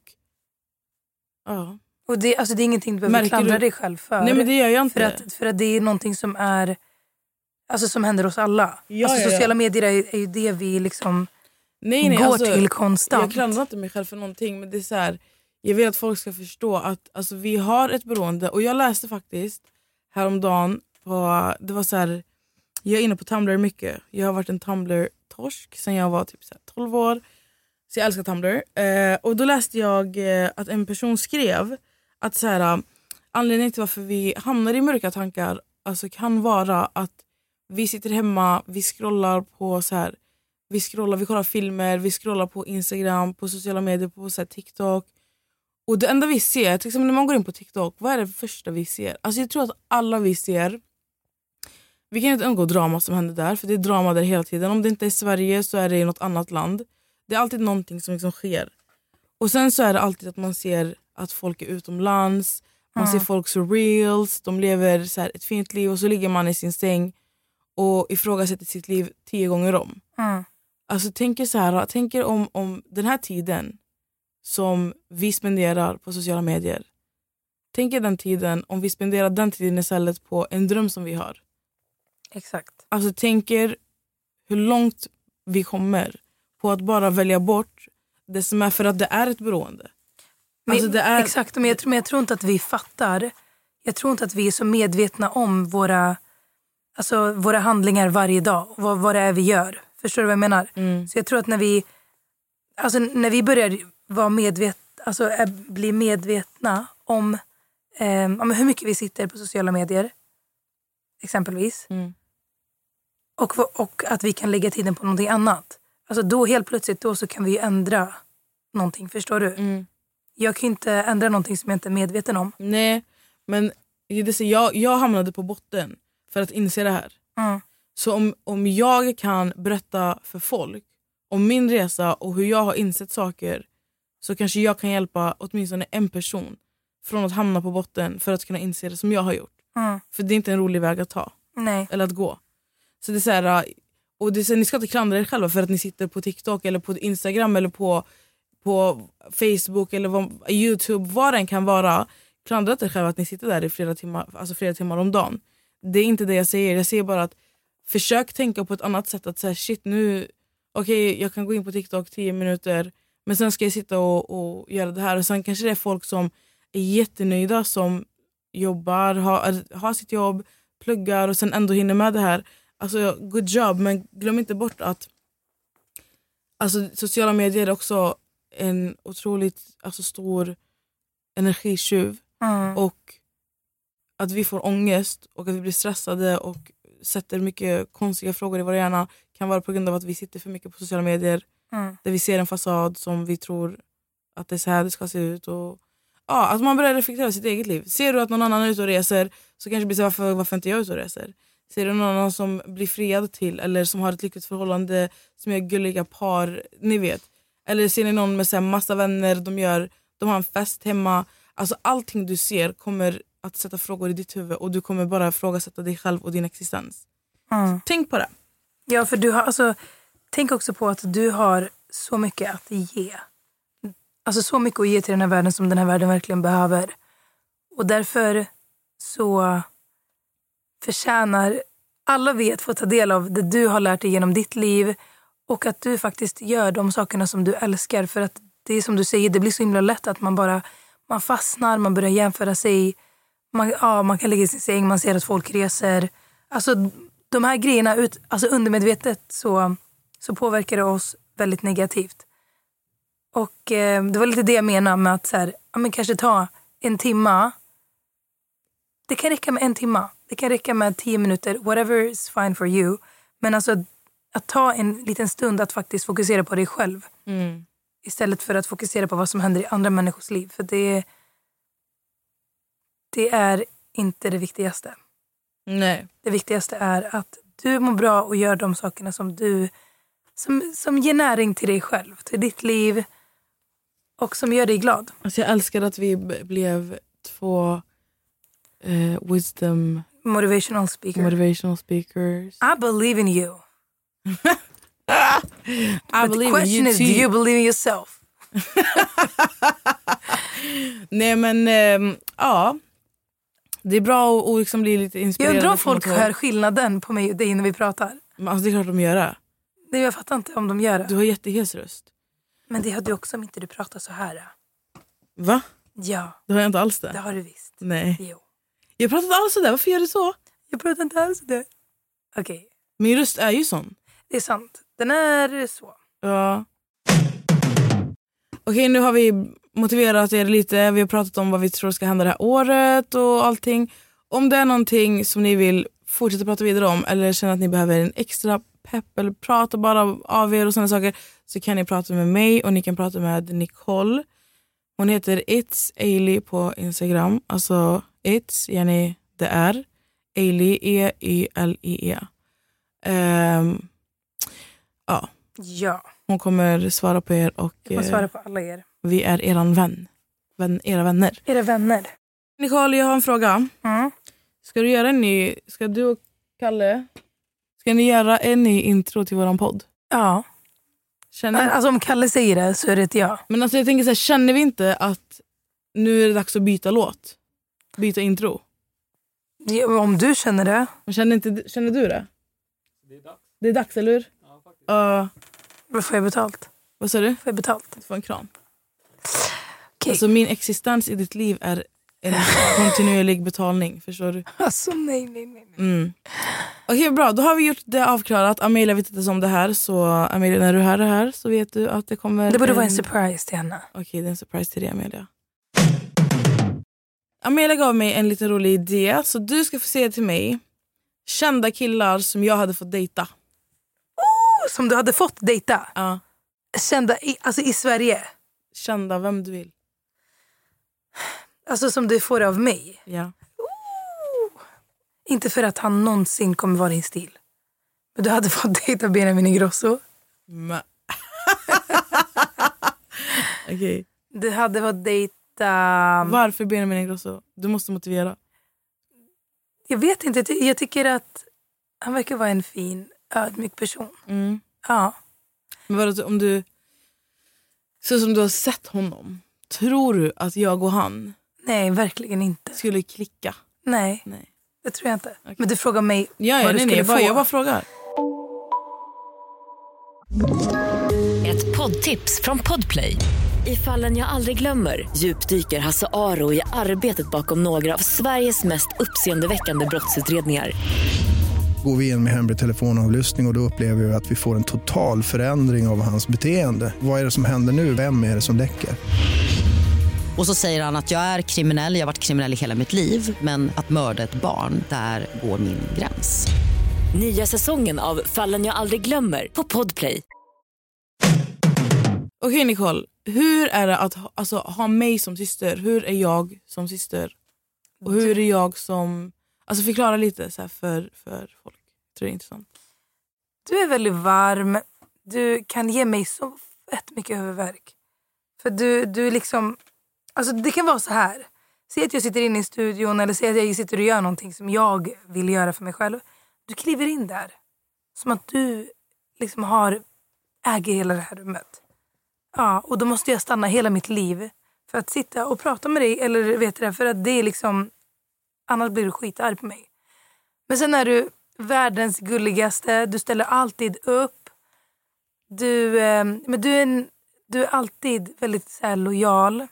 Speaker 3: ja.
Speaker 2: Och det, alltså det är ingenting du behöver
Speaker 3: Märker
Speaker 2: klandra
Speaker 3: du?
Speaker 2: dig själv för.
Speaker 3: Nej, men det gör jag inte.
Speaker 2: För att, för att det är någonting som är, alltså som händer oss alla.
Speaker 3: Ja,
Speaker 2: alltså
Speaker 3: ja, ja.
Speaker 2: sociala medier är, är ju det vi liksom
Speaker 3: nej, nej,
Speaker 2: går
Speaker 3: alltså,
Speaker 2: till konstant.
Speaker 3: Jag klandrar inte mig själv för någonting, men det är så här, jag vill att folk ska förstå att alltså, vi har ett beroende. Och jag läste faktiskt häromdagen på, det var så här, jag är inne på Tumblr mycket. Jag har varit en Tumblr-torsk sedan jag var typ så här tolv år. Så jag älskar Tumblr. Eh, och då läste jag eh, att en person skrev att så här, anledningen till varför vi hamnar i mörka tankar alltså, kan vara att vi sitter hemma, vi scrollar på så här, vi scrollar, vi kollar filmer, vi scrollar på Instagram, på sociala medier, på så här, TikTok. Och det enda vi ser, till exempel när man går in på TikTok, vad är det första vi ser? Alltså jag tror att alla vi ser, vi kan inte undgå drama som händer där. För det är drama där hela tiden. Om det inte är i Sverige så är det i något annat land. Det är alltid någonting som liksom sker. Och sen så är det alltid att man ser att folk är utomlands. Man mm. ser folk så reals. De lever så här ett fint liv. Och så ligger man i sin säng och ifrågasätter sitt liv tio gånger om.
Speaker 2: Mm.
Speaker 3: Alltså tänker så här, tänker om, om den här tiden som vi spenderar på sociala medier. Tänker den tiden, om vi spenderar den tiden istället på en dröm som vi har.
Speaker 2: Exakt.
Speaker 3: Alltså tänker hur långt vi kommer på att bara välja bort det som är, för att det är ett beroende.
Speaker 2: Men,
Speaker 3: alltså det är,
Speaker 2: exakt, men jag, tror, men jag tror inte att vi fattar. Jag tror inte att vi är så medvetna om våra, alltså, våra handlingar varje dag. Och vad, vad det är vi gör. Förstår du vad jag menar?
Speaker 3: Mm.
Speaker 2: Så jag tror att när vi, alltså, när vi börjar vara medvet, alltså, är, bli medvetna om eh, om hur mycket vi sitter på sociala medier. Exempelvis.
Speaker 3: Mm.
Speaker 2: Och, och att vi kan lägga tiden på någonting annat. Alltså då helt plötsligt då så kan vi ju ändra någonting, förstår du?
Speaker 3: Mm.
Speaker 2: Jag kan inte ändra någonting som jag inte är medveten om.
Speaker 3: Nej, men jag, jag hamnade på botten för att inse det här.
Speaker 2: Mm.
Speaker 3: Så om, om jag kan berätta för folk om min resa och hur jag har insett saker, så kanske jag kan hjälpa åtminstone en person från att hamna på botten för att kunna inse det som jag har gjort.
Speaker 2: Mm.
Speaker 3: För det är inte en rolig väg att ta.
Speaker 2: Nej.
Speaker 3: Eller att gå. Så det är så här, och det är så här, ni ska inte klandra er själva för att ni sitter på TikTok eller på Instagram eller på, på Facebook eller vad, YouTube, vad den kan vara. Klandra inte er själva att ni sitter där i flera timmar, alltså flera timmar om dagen. Det är inte det jag säger. Jag säger bara att försök tänka på ett annat sätt. Att säga shit nu, okej okay, jag kan gå in på TikTok tio minuter, men sen ska jag sitta och, och göra det här. Och sen kanske det är folk som är jättenöjda som jobbar, har, har sitt jobb, pluggar och sen ändå hinner med det här. Alltså good job, men glöm inte bort att alltså, sociala medier är också en otroligt alltså, stor energitjuv.
Speaker 2: Mm.
Speaker 3: Och att vi får ångest och att vi blir stressade och sätter mycket konstiga frågor i våra hjärna kan vara på grund av att vi sitter för mycket på sociala medier.
Speaker 2: Mm.
Speaker 3: Där vi ser en fasad som vi tror att det är så här det ska se ut. Och ja, att man börjar reflektera sitt eget liv. Ser du att någon annan är ute och reser, så kanske det blir så, varför, varför inte jag är ute och reser? Ser du någon annan som blir friad till eller som har ett lyckligt förhållande, som gör gulliga par, ni vet. Eller ser ni någon med så här massa vänner, de, gör, de har en fest hemma. Alltså allting du ser kommer att sätta frågor i ditt huvud och du kommer bara ifrågasätta dig själv och din existens.
Speaker 2: Mm.
Speaker 3: Tänk på det.
Speaker 2: Ja, för du har, alltså, tänk också på att du har så mycket att ge. Alltså så mycket att ge till den här världen som den här världen verkligen behöver. Och därför så förtjänar alla vi att få ta del av det du har lärt dig genom ditt liv. Och att du faktiskt gör de sakerna som du älskar. För att det är som du säger, det blir så himla lätt att man bara man fastnar, man börjar jämföra sig. Man, ja, man kan ligga i sin säng, man ser att folk reser. Alltså de här grejerna ut, alltså undermedvetet så, så påverkar det oss väldigt negativt. Och eh, det var lite det jag menar med att så här, ja, men kanske ta en timma. Det kan räcka med en timma. Det kan räcka med tio minuter. Whatever is fine for you. Men alltså att ta en liten stund att faktiskt fokusera på dig själv.
Speaker 3: Mm.
Speaker 2: Istället för att fokusera på vad som händer i andra människors liv. För det, det är inte det viktigaste.
Speaker 3: Nej.
Speaker 2: Det viktigaste är att du mår bra och gör de sakerna som du som, som ger näring till dig själv, till ditt liv och som gör dig glad.
Speaker 3: Alltså jag älskar att vi b- blev två eh, wisdom
Speaker 2: Motivational speaker.
Speaker 3: motivational speakers.
Speaker 2: I believe in you.
Speaker 3: I
Speaker 2: But the question is, do you believe in yourself?
Speaker 3: Nej men eh, ja, det är bra att, att liksom bli lite inspirerad.
Speaker 2: Jag undrar om folk hör skillnaden på mig och dig när vi pratar.
Speaker 3: Men alltså det är klart de gör det.
Speaker 2: Nej, jag fattar inte om de gör det.
Speaker 3: Du har jättehes röst.
Speaker 2: Men det har du också om inte du pratar så här.
Speaker 3: Va?
Speaker 2: Ja,
Speaker 3: Det har jag inte alls det.
Speaker 2: det har du visst.
Speaker 3: Nej.
Speaker 2: Jo.
Speaker 3: Jag pratar inte alls sådär, varför gör du så?
Speaker 2: Jag pratar inte alls det. Okej, okay.
Speaker 3: Min röst är ju sån.
Speaker 2: Det är sant. Den är så.
Speaker 3: Ja. Okej, nu har vi motiverat er lite. Vi har pratat om vad vi tror ska hända det här året och allting. Om det är någonting som ni vill fortsätta prata vidare om eller känner att ni behöver en extra pepp eller prata bara av er och sådana saker, så kan ni prata med mig och ni kan prata med Nicole. Hon heter It's Ailey på Instagram. Alltså It's, yani det är Eili, E Y L I E. Um, ja.
Speaker 2: Ja.
Speaker 3: Hon kommer svara på er och
Speaker 2: Jag får svara på alla er.
Speaker 3: vi är eran vän. vän. Era vänner.
Speaker 2: Era vänner.
Speaker 3: Nicole, jag har en fråga.
Speaker 2: Mm.
Speaker 3: Ska du göra en ny... Ska du och Kalle... Ska ni göra en ny intro till våran podd?
Speaker 2: Ja.
Speaker 3: Känner...
Speaker 2: Alltså om Kalle säger det så är det ett ja.
Speaker 3: Men alltså jag tänker så här, känner vi inte att nu är det dags att byta låt? Byta intro?
Speaker 2: Ja, om du känner det.
Speaker 3: Men känner, inte, känner du det? Det är dags. Det är dags, eller hur? Ja, faktiskt. Uh,
Speaker 2: Vad får jag betalt?
Speaker 3: vad sa du?
Speaker 2: Får jag betalt?
Speaker 3: Du får en kram.
Speaker 2: Okay.
Speaker 3: Alltså min existens i ditt liv är en kontinuerlig betalning, förstår du?
Speaker 2: Alltså nej, nej, nej.
Speaker 3: Mm. Okej, okay, bra. Då har vi gjort det avklarat. Amelia vet inte om det här, så Amelia, när du hör det här så vet du att det kommer...
Speaker 2: Det borde
Speaker 3: en...
Speaker 2: vara en surprise till henne.
Speaker 3: Okej, okay, det är en surprise till dig, Amelia. Amelia gav mig en lite rolig idé, så du ska få säga till mig kända killar som jag hade fått dejta.
Speaker 2: Oh, som du hade fått dejta?
Speaker 3: Ja.
Speaker 2: Kända i, alltså i Sverige?
Speaker 3: Kända, vem du vill.
Speaker 2: Alltså som du får av mig?
Speaker 3: Ja.
Speaker 2: Oh. Inte för att han någonsin kommer vara din stil. Men du hade fått dejta Benjamin Ingrosso.
Speaker 3: Men... Okej. Okay.
Speaker 2: Du hade fått dejta...
Speaker 3: Varför Benjamin Ingrosso? Du måste motivera.
Speaker 2: Jag vet inte. Jag tycker att han verkar vara en fin, ödmjuk person.
Speaker 3: Mm.
Speaker 2: Ja.
Speaker 3: Men vadå, om du... Så som du har sett honom, tror du att jag och han...
Speaker 2: Nej, verkligen inte.
Speaker 3: Skulle klicka?
Speaker 2: Nej,
Speaker 3: nej.
Speaker 2: Det tror jag inte.
Speaker 3: Okay.
Speaker 2: Men du frågar mig
Speaker 3: ja, ja,
Speaker 2: vad
Speaker 3: nej,
Speaker 2: du skulle
Speaker 3: nej,
Speaker 2: få.
Speaker 3: Bara, jag bara frågar.
Speaker 1: Ett poddtips från Podplay. I Fallen jag aldrig glömmer djupdyker Hasse Aro i arbetet bakom några av Sveriges mest uppseendeväckande brottsutredningar.
Speaker 6: Går vi in med hemlig telefonavlyssning och, och då upplever vi att vi får en total förändring av hans beteende. Vad är det som händer nu? Vem är det som läcker?
Speaker 7: Och så säger han att jag är kriminell, jag har varit kriminell i hela mitt liv. Men att mörda ett barn, där går min gräns.
Speaker 1: Nya säsongen av Fallen jag aldrig glömmer på Podplay.
Speaker 3: Okej Nicole, hur är det att alltså, ha mig som syster? Hur är jag som syster? Och hur är jag som... Alltså förklara lite så här för, för folk. Jag tror det är intressant.
Speaker 2: Du är väldigt varm. Du kan ge mig så fett mycket huvudvärk. För du, du liksom... Alltså det kan vara så här. Säg att jag sitter inne i studion eller säg att jag sitter och gör någonting som jag vill göra för mig själv. Du kliver in där. Som att du liksom har äger hela det här rummet. Ja, och då måste jag stanna hela mitt liv för att sitta och prata med dig. Eller vet du det, för att det är liksom... Annars blir du skitarg på mig. Men sen är du världens gulligaste. Du ställer alltid upp. Du, eh, men du, är en, du är alltid väldigt så här, lojal.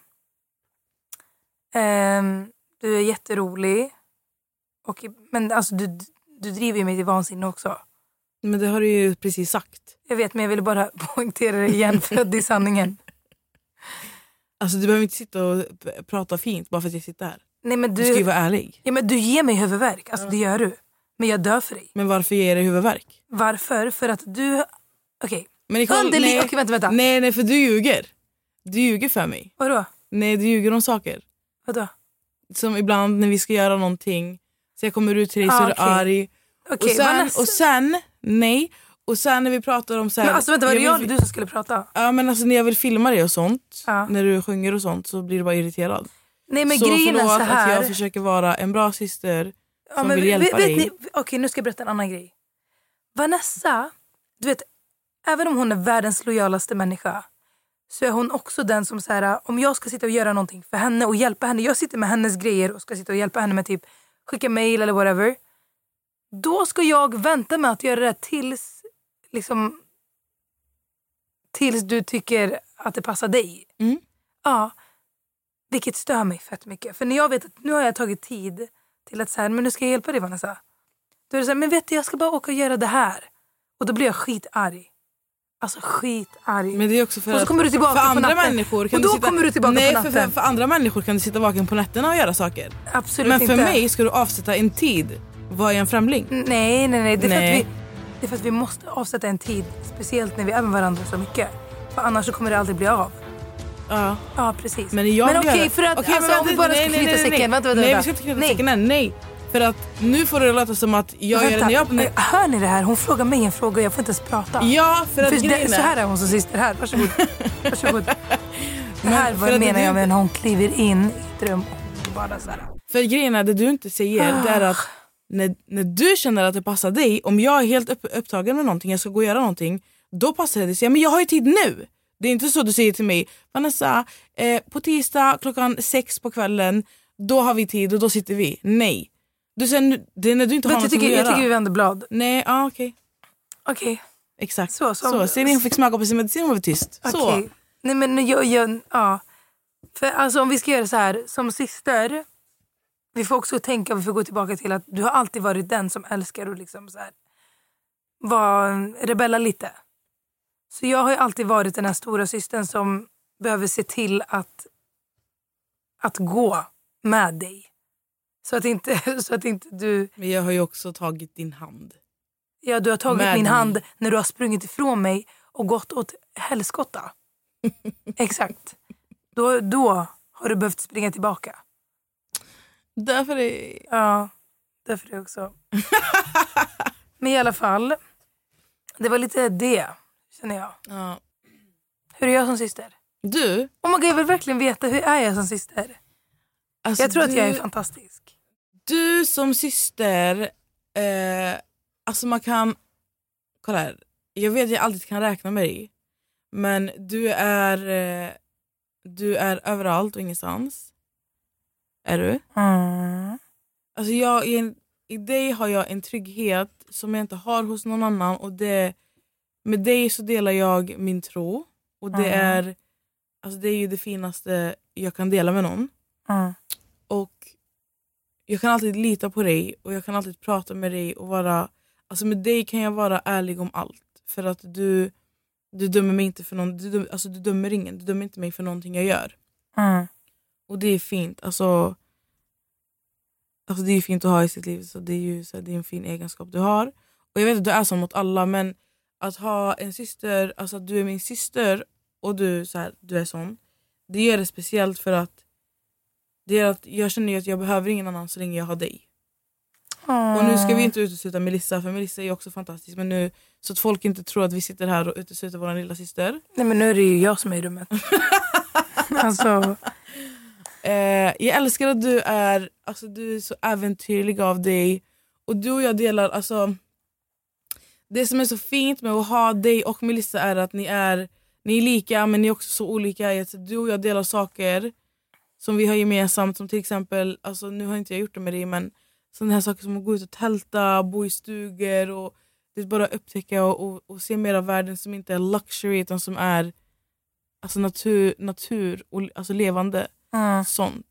Speaker 2: Eh, du är jätterolig. Och, men alltså, du, du driver ju mig till vansinne också.
Speaker 3: Men det har du ju precis sagt.
Speaker 2: Jag vet, men jag ville bara poängtera det igen för att det är sanningen.
Speaker 3: Alltså du behöver inte sitta och prata fint bara för att jag sitter här.
Speaker 2: Nej, men du,
Speaker 3: du ska ju vara ärlig.
Speaker 2: Ja, men du ger mig huvudvärk, alltså ja. Det gör du. Men jag dör för dig.
Speaker 3: Men varför ger jag dig huvudvärk?
Speaker 2: Varför? För att du... Okej.
Speaker 3: Okay.
Speaker 2: Underlig... Nej. Okej, vänta, vänta.
Speaker 3: Nej, nej, för du ljuger. Du ljuger för mig.
Speaker 2: Vadå?
Speaker 3: Nej, du ljuger om saker.
Speaker 2: Vadå?
Speaker 3: Som ibland när vi ska göra någonting. Så jag kommer ut till dig ah, så är okay. du arg.
Speaker 2: Okay,
Speaker 3: och, sen, och sen, nej. Och sen när vi pratar om så här...
Speaker 2: Men alltså vänta, var det jag
Speaker 3: vill,
Speaker 2: eller du som skulle prata?
Speaker 3: Ja, men alltså när jag vill filma dig och sånt.
Speaker 2: Ja.
Speaker 3: När du sjunger och sånt så blir du bara irriterad.
Speaker 2: Nej, men
Speaker 3: så
Speaker 2: grejen är så här.
Speaker 3: Att jag försöker vara en bra syster
Speaker 2: ja,
Speaker 3: som
Speaker 2: men
Speaker 3: vill hjälpa
Speaker 2: vet,
Speaker 3: dig.
Speaker 2: Vet ni, okej, nu ska jag berätta en annan grej. Vanessa, du vet, även om hon är världens lojalaste människa så är hon också den som så här, om jag ska sitta och göra någonting för henne och hjälpa henne. Jag sitter med hennes grejer och ska sitta och hjälpa henne med typ skicka mail eller whatever. Då ska jag vänta med att göra det tills liksom tills du tycker att det passar dig.
Speaker 3: Mm.
Speaker 2: Ja. Vilket stör mig fett mycket. För när jag vet att nu har jag tagit tid till att så här, men nu ska jag hjälpa dig Vanessa. Då är det så här, men vet du, jag ska bara åka och göra det här. Och då blir jag skitarg. Alltså skitarg.
Speaker 3: Men det är också för
Speaker 2: och så kommer du tillbaka
Speaker 3: för
Speaker 2: på
Speaker 3: andra
Speaker 2: natten.
Speaker 3: människor kan
Speaker 2: och då
Speaker 3: du sitta,
Speaker 2: kommer du tillbaka
Speaker 3: nej,
Speaker 2: på natten.
Speaker 3: För, för, för andra människor kan du sitta vaken på nätterna och göra saker.
Speaker 2: Absolut
Speaker 3: men för
Speaker 2: inte.
Speaker 3: mig ska du avsätta en tid. Vad är en främling?
Speaker 2: Nej, nej, nej. Det är,
Speaker 3: nej.
Speaker 2: För att vi, det är för att vi måste avsätta en tid. Speciellt när vi är med varandra så mycket. För annars så kommer det aldrig bli av.
Speaker 3: Ja,
Speaker 2: ja precis.
Speaker 3: Men, jag
Speaker 2: men okej, okay, för att
Speaker 3: okay,
Speaker 2: alltså,
Speaker 3: men,
Speaker 2: om vi bara
Speaker 3: nej,
Speaker 2: ska
Speaker 3: nej,
Speaker 2: knyta
Speaker 3: nej,
Speaker 2: säcken.
Speaker 3: Nej,
Speaker 2: vänta, vänta,
Speaker 3: nej
Speaker 2: vänta.
Speaker 3: vi ska inte knyta säcken än. Nej. För att nu får det låta som att jag
Speaker 2: Vänta,
Speaker 3: gör det jag...
Speaker 2: Nej. Hör ni det här? Hon frågar mig en fråga och jag får inte ens prata.
Speaker 3: Ja, för att
Speaker 2: för det,
Speaker 3: är...
Speaker 2: så här är hon som syster. Här, varsågod. Varsågod. Det
Speaker 3: Men,
Speaker 2: här vad menar
Speaker 3: du...
Speaker 2: jag när hon kliver in i ett rum och bara så här.
Speaker 3: För grejen är, det du inte säger ah. det är att när, när du känner att det passar dig, om jag är helt upp, upptagen med någonting, jag ska gå och göra någonting, då passar det att säga, men jag har ju tid nu. Det är inte så du säger till mig, Vanessa, eh, på tisdag klockan sex på kvällen, då har vi tid och då sitter vi. Nej. Du säger, det är när du inte har något att göra.
Speaker 2: Jag tycker vi vänder blad.
Speaker 3: Nej, ja ah, okej.
Speaker 2: Okay. Okej. Okay.
Speaker 3: Exakt.
Speaker 2: Så, så.
Speaker 3: så. Sen hon fick smaka på sin medicin och var tyst.
Speaker 2: Okay.
Speaker 3: Så.
Speaker 2: Nej men jag, jag, ja. För alltså om vi ska göra så här, som syster, vi får också tänka, vi får gå tillbaka till att du har alltid varit den som älskar och liksom så här, var rebella lite. Så jag har ju alltid varit den här stora systern som behöver se till att, att gå med dig. Så att inte, så att inte du...
Speaker 3: Men jag har ju också tagit din hand.
Speaker 2: Ja, du har tagit
Speaker 3: med
Speaker 2: min
Speaker 3: mig.
Speaker 2: hand när du har sprungit ifrån mig och gått åt helskotta. Exakt. Då, då har du behövt springa tillbaka.
Speaker 3: Därför är...
Speaker 2: Ja, därför är också. Men i alla fall, det var lite det, känner jag.
Speaker 3: Ja.
Speaker 2: Hur är jag som syster?
Speaker 3: Du?
Speaker 2: Oh my God, jag vill verkligen veta, hur är jag som syster?
Speaker 3: Alltså
Speaker 2: jag tror
Speaker 3: du,
Speaker 2: att jag är fantastisk.
Speaker 3: Du som syster, eh, alltså man kan, kolla här, jag vet att jag alltid kan räkna med dig. Men du är, eh, du är överallt och ingenstans. Är du?
Speaker 2: Mm.
Speaker 3: Alltså jag, i, i dig har jag en trygghet som jag inte har hos någon annan. Och det, med dig så delar jag min tro. Och det,
Speaker 2: Mm.
Speaker 3: är, alltså det är ju det finaste jag kan dela med någon.
Speaker 2: Mm.
Speaker 3: Och jag kan alltid lita på dig. Och jag kan alltid prata med dig. Och vara, alltså med dig kan jag vara ärlig om allt. För att du, du dömer mig inte för någon, du, döm, alltså du dömer ingen. Du dömer inte mig för någonting jag gör.
Speaker 2: Mm.
Speaker 3: Och det är fint. Alltså, alltså det är fint att ha i sitt liv. Så det är ju så här, det är en fin egenskap du har. Och jag vet att du är så mot alla. Men att ha en syster, alltså att du är min syster. Och du, så här, du är sån. Det gör det speciellt för att, det är att jag känner ju att jag behöver ingen annan så länge jag har dig.
Speaker 2: Mm.
Speaker 3: Och nu ska vi inte utesluta Melissa. För Melissa är också fantastisk. Men nu, så att folk inte tror att vi sitter här och utesluter vår lilla syster.
Speaker 2: Nej, men nu är det ju jag som är i rummet. Alltså...
Speaker 3: Eh, jag älskar att du är, alltså, du är så äventyrlig av dig. Och du och jag delar, alltså, det som är så fint med att ha dig och Melissa är att ni är, ni är lika men ni är också så olika. Alltså, du och jag delar saker som vi har gemensamt. Som till exempel, alltså, nu har inte jag gjort det med dig, men sådana här saker som att gå ut och tälta, bo i stugor och det är bara upptäcka och, och, och se mer av världen som inte är luxury utan som är, alltså, natur, natur och alltså, levande.
Speaker 2: Mm.
Speaker 3: Sånt.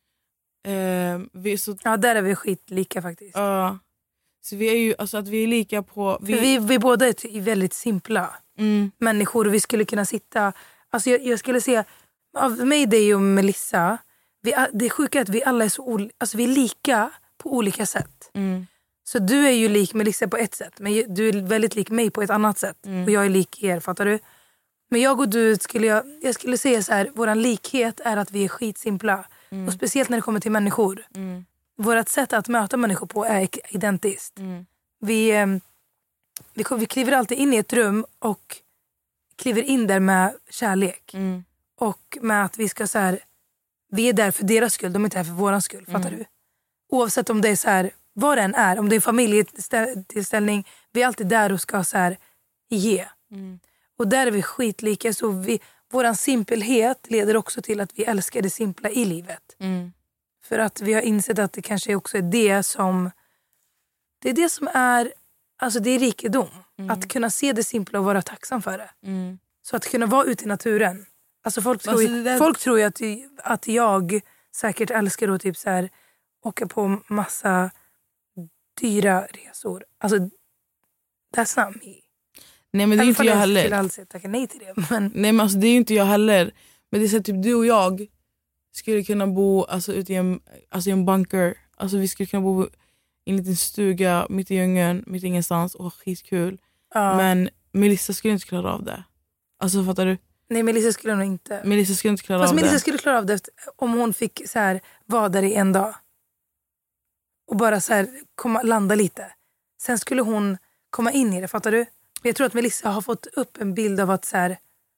Speaker 3: Eh, vi är så,
Speaker 2: ja, där är vi skitlika faktiskt.
Speaker 3: uh, så vi är ju, alltså att vi är lika på... Vi,
Speaker 2: För vi, vi båda är väldigt simpla
Speaker 3: mm.
Speaker 2: människor och vi skulle kunna sitta... Alltså jag, jag skulle säga, av mig, dig och Melissa, vi, det är sjuka att vi alla är så ol, alltså vi är lika på olika sätt.
Speaker 3: Mm.
Speaker 2: Så du är ju lik Melissa på ett sätt, men du är väldigt lik mig på ett annat sätt.
Speaker 3: Mm.
Speaker 2: Och jag är lik er, fattar du? Men jag och du, skulle jag, jag skulle säga så här, våran likhet är att vi är skitsimpla. Mm. Och speciellt när det kommer till människor. Mm. Vårat sätt att möta människor på är identiskt. Mm. Vi, eh, vi, vi kliver alltid in i ett rum och kliver in där med kärlek. Mm. Och med att vi ska så här, vi är där för deras skull, de är inte här för våran skull, fattar mm. du? Oavsett om det är så här, vad det än är, om det är familjetillställning, vi är alltid där och ska så här ge. Mm. Och där är vi skitlika. Så vi, våran simpelhet leder också till att vi älskar det simpla i livet. Mm. För att vi har insett att det kanske också är det som... Det är det som är... Alltså det är rikedom. Mm. Att kunna se det simpla och vara tacksam för det. Mm. Så att kunna vara ute i naturen. Alltså folk tror ju, alltså där... folk tror ju att, att jag säkert älskar att typ så här, åka på massa dyra resor. Alltså, that's not me.
Speaker 3: Nej, men det är inte jag heller.
Speaker 2: Jag skulle tacka nej till det. Men...
Speaker 3: Nej, men alltså, det är ju inte jag heller. Men det är så att typ du och jag skulle kunna bo alltså, ute i en, alltså, i en bunker. Alltså vi skulle kunna bo i en liten stuga mitt i djungeln, mitt ingenstans och ha skitkul. Ja. Men Melissa skulle inte klara av det. Alltså fattar du?
Speaker 2: Nej, Melissa skulle nog inte.
Speaker 3: Melissa skulle inte klara
Speaker 2: Fast
Speaker 3: av
Speaker 2: Melissa
Speaker 3: det.
Speaker 2: skulle klara av det om hon fick så här, vara där i en dag. och bara så här komma, landa lite. Sen skulle hon komma in i det, fattar du? Jag tror att Melissa har fått upp en bild av att så här,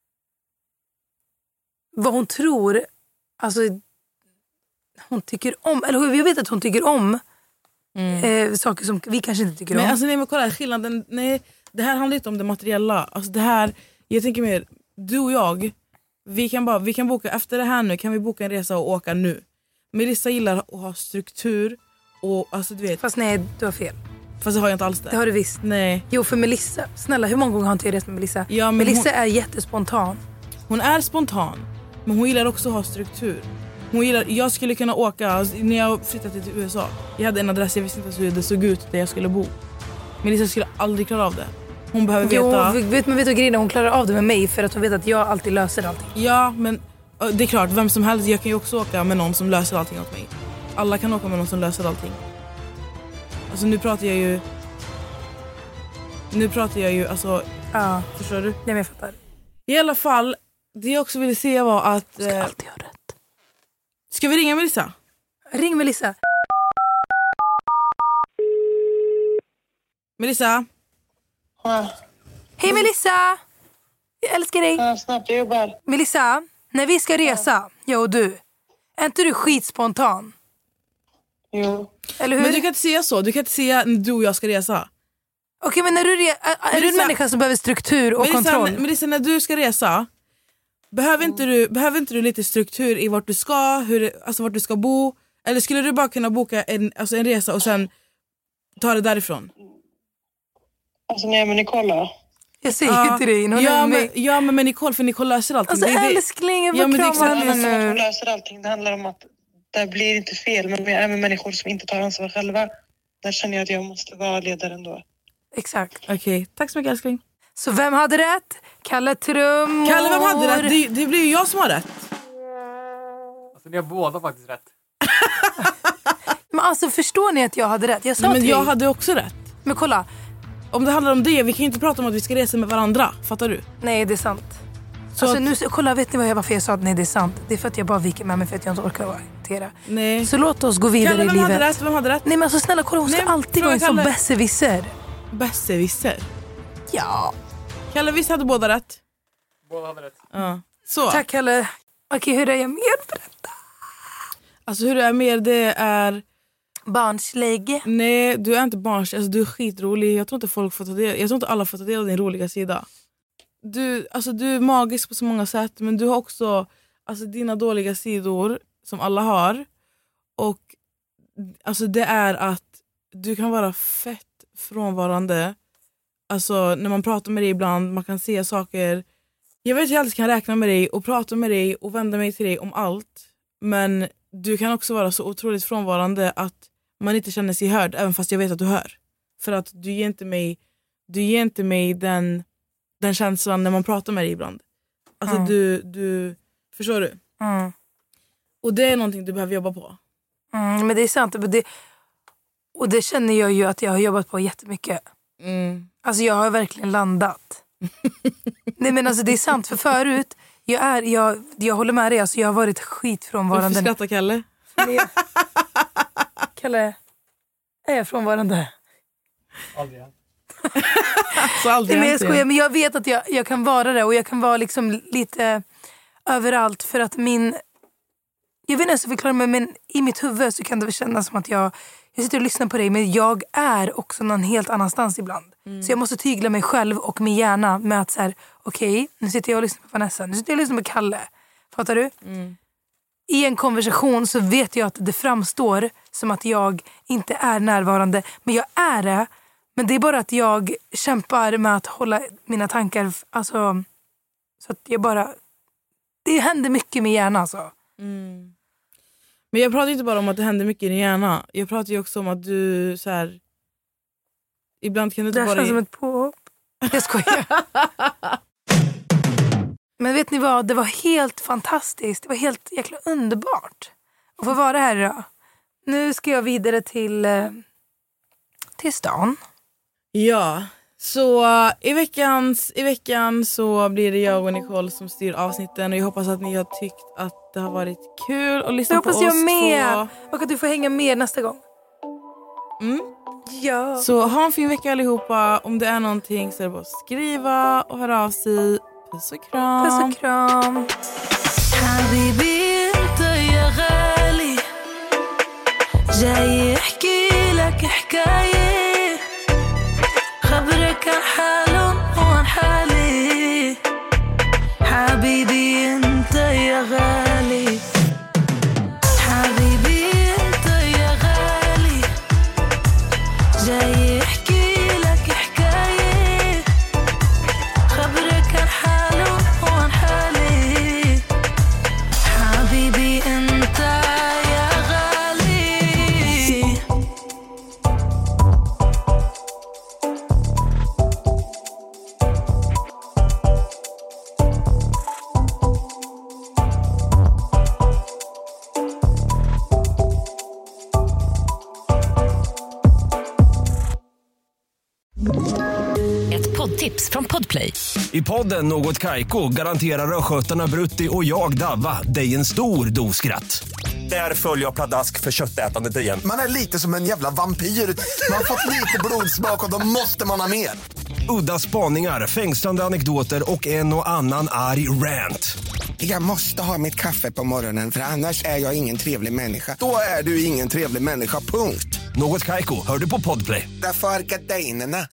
Speaker 2: vad hon tror, alltså hon tycker om, eller jag vet att hon tycker om mm. eh, saker som vi kanske inte tycker
Speaker 3: men
Speaker 2: om.
Speaker 3: Alltså, nej men kolla, skillnaden, nej, det här handlar inte om det materiella. Alltså det här, jag tänker mer, du och jag, vi kan bara, vi kan boka, efter det här nu kan vi boka en resa och åka nu. Melissa gillar att ha struktur och alltså du vet.
Speaker 2: Fast nej, du har fel.
Speaker 3: Fast det har jag inte alls det.
Speaker 2: Det har du visst.
Speaker 3: Nej.
Speaker 2: Jo, för Melissa, snälla, hur många gånger har inte jag rest med Melissa?
Speaker 3: Ja, men
Speaker 2: Melissa
Speaker 3: hon,
Speaker 2: är jättespontan.
Speaker 3: Hon är spontan, men hon gillar också att ha struktur. Hon gillar, jag skulle kunna åka, alltså, när jag flyttade till U S A, jag hade en adress, jag visste inte hur det såg ut där jag skulle bo. Melissa skulle aldrig klara av det. Hon behöver veta.
Speaker 2: Jo, vet, men vet du grejen, hon klarar av det med mig för att hon vet att jag alltid löser allting.
Speaker 3: Ja, men det är klart, vem som helst, jag kan ju också åka med någon som löser allting åt mig. Alla kan åka med någon som löser allting. Alltså nu pratar jag ju Nu pratar jag ju alltså
Speaker 2: ja.
Speaker 3: Förstår du?
Speaker 2: Nej, men jag fattar.
Speaker 3: I alla fall, det jag också ville se var att
Speaker 2: du ska eh, alltid ha rätt.
Speaker 3: Ska vi ringa Melissa?
Speaker 2: Ring Melissa.
Speaker 3: Melissa.
Speaker 8: Ja.
Speaker 2: Hej Melissa. Jag älskar dig.
Speaker 8: Ja, snabbt, jag jobbar.
Speaker 2: Melissa, när vi ska resa, ja. jag och du, är inte du skitspontan?
Speaker 8: Jo.
Speaker 2: Eller hur?
Speaker 3: Men du kan inte säga så, du kan inte säga när du och jag ska resa.
Speaker 2: Okej, okay, men när du re- är, är du en människa som behöver struktur och
Speaker 3: Melissa,
Speaker 2: kontroll?
Speaker 3: Melissa, när du ska resa, behöver, mm. inte du, behöver inte du lite struktur i vart du ska, hur, alltså vart du ska bo? Eller skulle du bara kunna boka en, alltså en resa och sen ta det därifrån?
Speaker 8: Alltså nej, men Nicola.
Speaker 2: Jag säger ju ja. till dig. Hon
Speaker 3: ja,
Speaker 2: är
Speaker 3: men, ja, men med Nicole, för Nicole löser allting.
Speaker 2: Alltså
Speaker 3: det,
Speaker 2: älskling, jag
Speaker 3: ja,
Speaker 2: får krama
Speaker 8: henne nu. Hon löser allting. Det handlar om att det blir inte fel. Men jag är med människor som inte tar ansvar själva. Där känner jag att jag måste vara ledaren då.
Speaker 2: Exakt.
Speaker 3: Okej, okay. Tack så mycket älskling.
Speaker 2: Så vem hade rätt? Kalle Trummor.
Speaker 3: Kalle, vem hade rätt? Det, det blir ju jag som har rätt.
Speaker 9: Alltså ni har båda faktiskt rätt.
Speaker 2: Men alltså förstår ni att jag hade rätt? Jag sa
Speaker 3: Nej, men jag
Speaker 2: dig.
Speaker 3: hade också rätt.
Speaker 2: Men kolla.
Speaker 3: Om det handlar om det, vi kan inte prata om att vi ska resa med varandra. Fattar du?
Speaker 2: Nej, det är sant. Så alltså, att... nu, kolla, vet ni vad jag, varför jag sa att nej, det är sant? Det är för att jag bara viker med mig för att jag inte orkar argumentera.
Speaker 3: Nej.
Speaker 2: Så låt oss gå vidare
Speaker 3: Kalle,
Speaker 2: i
Speaker 3: vem
Speaker 2: livet.
Speaker 3: Hade rätt? Vem hade rätt?
Speaker 2: Nej, men alltså snälla, kolla, hon ska nej, alltid vara en sån besserwisser.
Speaker 3: Besserwisser?
Speaker 2: Ja.
Speaker 3: Kalle, visst hade båda rätt?
Speaker 9: Båda hade rätt.
Speaker 3: Ja. Så.
Speaker 2: Tack, Kalle. Okej, hur är jag mer? Berätta.
Speaker 3: Alltså hur är jag mer? Det är...
Speaker 2: barnslig.
Speaker 3: Nej, du är inte barnslig. Alltså, du är skitrolig. Jag tror inte folk får ta del. Jag tror inte alla får ta del av din roliga sida. Du, alltså, du är magisk på så många sätt. Men du har också alltså, dina dåliga sidor som alla har. Och alltså, det är att du kan vara fett frånvarande. Alltså när man pratar med dig ibland. Man kan se saker. Jag vet att jag alltid kan räkna med dig och prata med dig och vända mig till dig om allt. Men du kan också vara så otroligt frånvarande att man inte känner sig hörd, även fast jag vet att du hör. För att du ger inte mig, du ger inte mig den, den känslan när man pratar med dig ibland. Alltså mm. du, du, förstår du?
Speaker 2: Mm.
Speaker 3: Och det är någonting du behöver jobba på.
Speaker 2: Mm, men det är sant. Det, och det känner jag ju att jag har jobbat på jättemycket.
Speaker 3: Mm.
Speaker 2: Alltså jag har verkligen landat. Nej men alltså det är sant, för förut, jag, är, jag, jag håller med dig, alltså jag har varit skitfrånvarande.
Speaker 3: Varför skrattar Kalle?
Speaker 2: Jag, Kalle, är jag frånvarande?
Speaker 9: Aldrig.
Speaker 3: Så aldrig.
Speaker 2: Nej, men jag skojar, men jag vet att jag, jag kan vara det, och jag kan vara liksom lite överallt för att min... Jag vet inte ens förklara mig, men i mitt huvud så kan det kännas som att jag... Jag sitter och lyssnar på dig, men jag är också någon helt annanstans ibland. Mm. Så jag måste tygla mig själv och min hjärna med att så här, okej, okay, nu sitter jag och lyssnar på Vanessa. Nu sitter jag och lyssnar på Kalle. Fattar du?
Speaker 3: Mm.
Speaker 2: I en konversation så vet jag att det framstår som att jag inte är närvarande. Men jag är det. Men det är bara att jag kämpar med att hålla mina tankar. Alltså, så att jag bara... Det händer mycket med hjärnan alltså.
Speaker 3: Mm. Men jag pratar inte bara om att det händer mycket i din hjärna. Jag pratar ju också om att du så här... Ibland kan du inte
Speaker 2: det
Speaker 3: bara...
Speaker 2: Det känns som ett påhopp. Jag skojar. Men vet ni vad? Det var helt fantastiskt. Det var helt jäkla underbart att få vara här idag. Nu ska jag vidare till, till stan.
Speaker 3: Ja, så i, veckans, i veckan så blir det jag och Nicole som styr avsnitten. Och jag hoppas att ni har tyckt att det har varit kul att lyssna på oss.
Speaker 2: Jag hoppas jag med.
Speaker 3: Två.
Speaker 2: Och att du får hänga med nästa gång.
Speaker 3: Mm.
Speaker 2: Ja.
Speaker 3: Så ha en fin vecka allihopa. Om det är någonting så är det bara att skriva och höra av sig. Puss och kram.
Speaker 2: Puss och kram. Habibi inte ya ghali جاي احكي لك حكاية خبرك عن حال وعن حالي حبيبي انت يا غالي حبيبي انت يا غالي جاي احكي لك حكاية خبرك عن حال وعن حالي حبيبي انت يا غالي.
Speaker 1: Ett poddtips från Podplay.
Speaker 4: I podden Något Kaiko garanterar röskötarna Brutti och jag Davva dig en stor dos skratt. Där följer jag pladask för köttätandet igen.
Speaker 5: Man är lite som en jävla vampyr. Man har fått lite blodsmak och då måste man ha mer.
Speaker 4: Udda spaningar, fängslande anekdoter och en och annan arg rant.
Speaker 5: Jag måste ha mitt kaffe på morgonen för annars är jag ingen trevlig människa. Då är du ingen trevlig människa, punkt.
Speaker 4: Något Kaiko, hör du på Podplay.
Speaker 5: Därför är gardinerna.